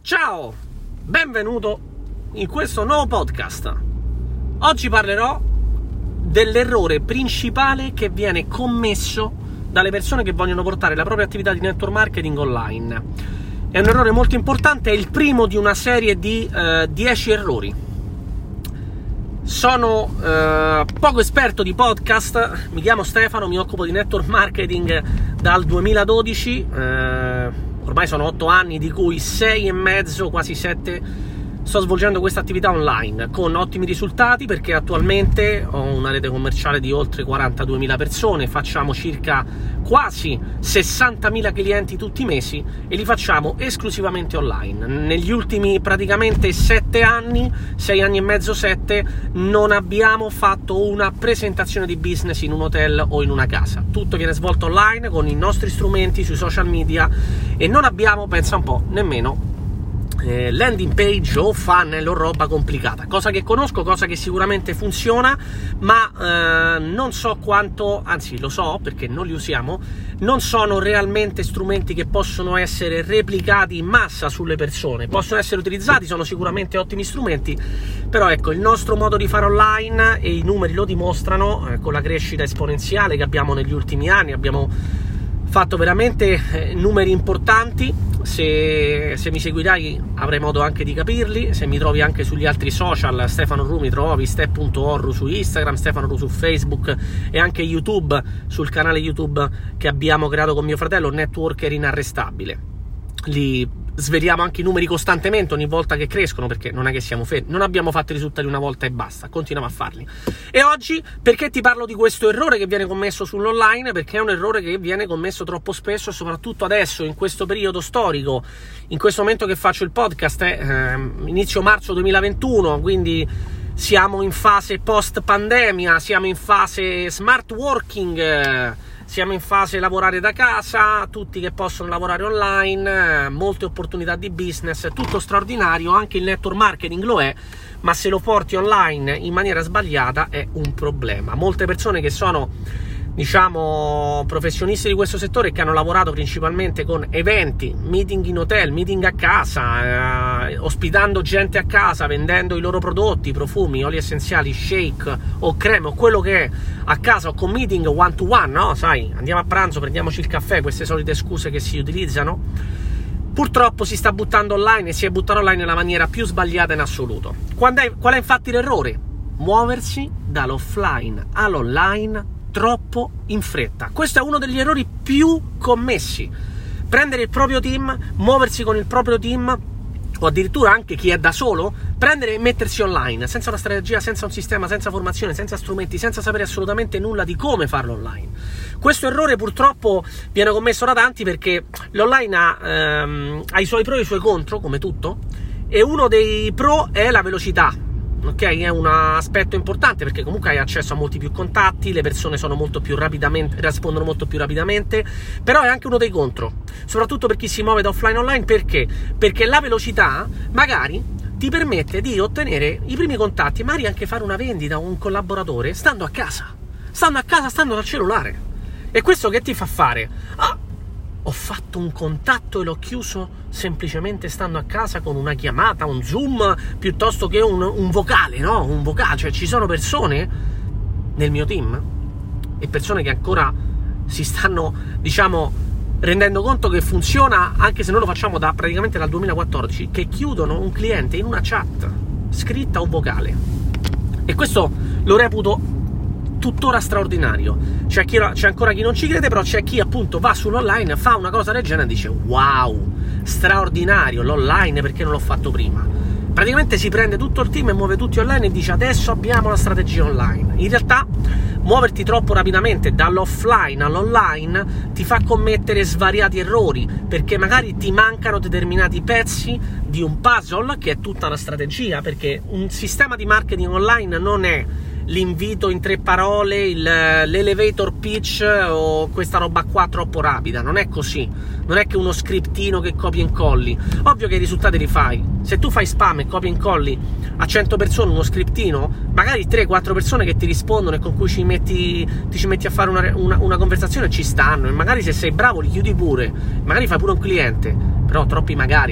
Ciao, benvenuto in questo nuovo podcast. Oggi parlerò dell'errore principale che viene commesso dalle persone che vogliono portare la propria attività di network marketing online. È un errore molto importante, è il primo di una serie di 10 errori. Sono poco esperto di podcast, mi chiamo Stefano, mi occupo di network marketing dal 2012, ormai sono 8 anni, di cui 6 e mezzo, quasi 7, sto svolgendo questa attività online con ottimi risultati, perché attualmente ho una rete commerciale di oltre 42.000 persone, facciamo circa quasi 60.000 clienti tutti i mesi e li facciamo esclusivamente online. Negli ultimi praticamente 7 anni, 6 anni e mezzo, 7, non abbiamo fatto una presentazione di business in un hotel o in una casa. Tutto viene svolto online con i nostri strumenti sui social media e non abbiamo, pensa un po', nemmeno landing page o funnel o roba complicata, cosa che conosco, cosa che sicuramente funziona, ma non so quanto, anzi lo so perché non li usiamo, non sono realmente strumenti che possono essere replicati in massa sulle persone. Possono essere utilizzati, sono sicuramente ottimi strumenti, però ecco, il nostro modo di fare online, e i numeri lo dimostrano, con la crescita esponenziale che abbiamo negli ultimi anni, abbiamo fatto veramente numeri importanti. Se mi seguirai avrai modo anche di capirli. Se mi trovi anche sugli altri social, Stefano Ru mi trovi, step.orru su Instagram, Stefano Ru su Facebook e anche YouTube, sul canale YouTube che abbiamo creato con mio fratello, Networker Inarrestabile. Lì sveliamo anche i numeri costantemente ogni volta che crescono, perché non è che siamo fermi, non abbiamo fatto i risultati una volta e basta, continuiamo a farli. E oggi perché ti parlo di questo errore che viene commesso sull'online? Perché è un errore che viene commesso troppo spesso, e soprattutto adesso, in questo periodo storico, in questo momento che faccio il podcast è inizio marzo 2021, quindi siamo in fase post pandemia, siamo in fase smart working, siamo in fase lavorare da casa, tutti che possono lavorare online, molte opportunità di business, tutto straordinario, anche il network marketing lo è, ma se lo porti online in maniera sbagliata è un problema. Molte persone che sono, diciamo, professionisti di questo settore, che hanno lavorato principalmente con eventi, meeting in hotel, meeting a casa, ospitando gente a casa, vendendo i loro prodotti, profumi, oli essenziali, shake o creme o quello che è a casa, o con meeting one to one, no? Sai, andiamo a pranzo, prendiamoci il caffè, queste solite scuse che si utilizzano. Purtroppo si sta buttando online, e si è buttato online nella maniera più sbagliata in assoluto. Qual è infatti l'errore? Muoversi dall'offline all'online troppo in fretta. Questo è uno degli errori più commessi. Prendere il proprio team, muoversi con il proprio team, o addirittura anche chi è da solo, prendere e mettersi online senza una strategia, senza un sistema, senza formazione, senza strumenti, senza sapere assolutamente nulla di come farlo online. Questo errore purtroppo viene commesso da tanti, perché l'online ha i suoi pro e i suoi contro, come tutto, e uno dei pro è la velocità. Ok, è un aspetto importante, perché comunque hai accesso a molti più contatti, le persone sono molto più rapidamente, rispondono molto più rapidamente, però è anche uno dei contro, soprattutto per chi si muove da offline online. Perché? Perché la velocità magari ti permette di ottenere i primi contatti, magari anche fare una vendita a un collaboratore stando a casa, stando dal cellulare. E questo che ti fa fare? Ho fatto un contatto e l'ho chiuso semplicemente stando a casa con una chiamata, un Zoom, piuttosto che un vocale, no? Un vocale, cioè ci sono persone nel mio team, e persone che ancora si stanno, diciamo, rendendo conto che funziona, anche se noi lo facciamo praticamente dal 2014, che chiudono un cliente in una chat, scritta o vocale. E questo lo reputo tuttora straordinario. C'è ancora chi non ci crede, però c'è chi appunto va sull'online, fa una cosa del genere e dice wow, straordinario l'online, perché non l'ho fatto prima. Praticamente si prende tutto il team e muove tutti online e dice adesso abbiamo la strategia online. In realtà muoverti troppo rapidamente dall'offline all'online ti fa commettere svariati errori, perché magari ti mancano determinati pezzi di un puzzle che è tutta la strategia, perché un sistema di marketing online non è l'invito in 3 parole, l'elevator pitch o questa roba qua troppo rapida. Non è così, non è che uno scriptino che copi e incolli. Ovvio che i risultati li fai. Se tu fai spam e copi e incolli a 100 persone uno scriptino, magari 3-4 persone che ti rispondono e con cui ti ci metti a fare una conversazione ci stanno, e magari se sei bravo li chiudi pure, magari fai pure un cliente. Però troppi magari, no?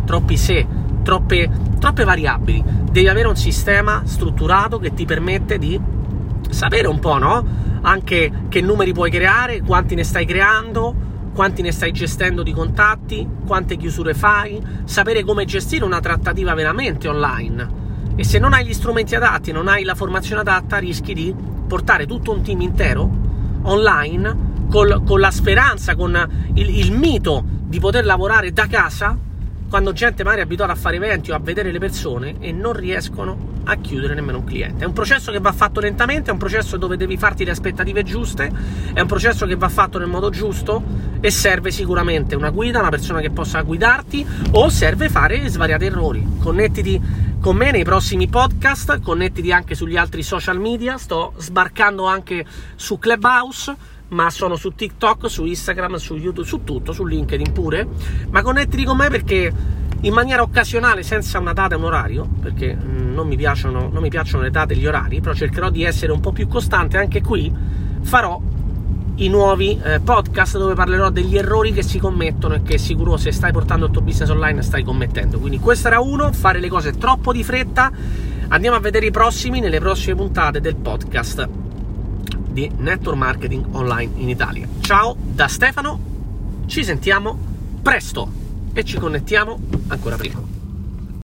troppi se, troppe variabili. Devi avere un sistema strutturato che ti permette di sapere un po', no? Anche che numeri puoi creare, quanti ne stai creando, quanti ne stai gestendo di contatti, quante chiusure fai, sapere come gestire una trattativa veramente online. E se non hai gli strumenti adatti, non hai la formazione adatta, rischi di portare tutto un team intero online con la speranza, con il mito di poter lavorare da casa, quando gente magari è abituata a fare eventi o a vedere le persone e non riescono a chiudere nemmeno un cliente. È un processo che va fatto lentamente, è un processo dove devi farti le aspettative giuste, è un processo che va fatto nel modo giusto e serve sicuramente una guida, una persona che possa guidarti, o serve fare svariati errori. Connettiti con me nei prossimi podcast, connettiti anche sugli altri social media, sto sbarcando anche su Clubhouse, ma sono su TikTok, su Instagram, su YouTube, su tutto, su LinkedIn pure. Ma connettiti con me perché in maniera occasionale, senza una data e un orario, perché non mi piacciono le date e gli orari, però cercherò di essere un po' più costante. Anche qui farò i nuovi podcast dove parlerò degli errori che si commettono e che sicuro, se stai portando il tuo business online, stai commettendo. Quindi questo era uno, fare le cose troppo di fretta. Andiamo a vedere i prossimi nelle prossime puntate del podcast di Network Marketing Online in Italia. Ciao da Stefano, ci sentiamo presto e ci connettiamo ancora prima.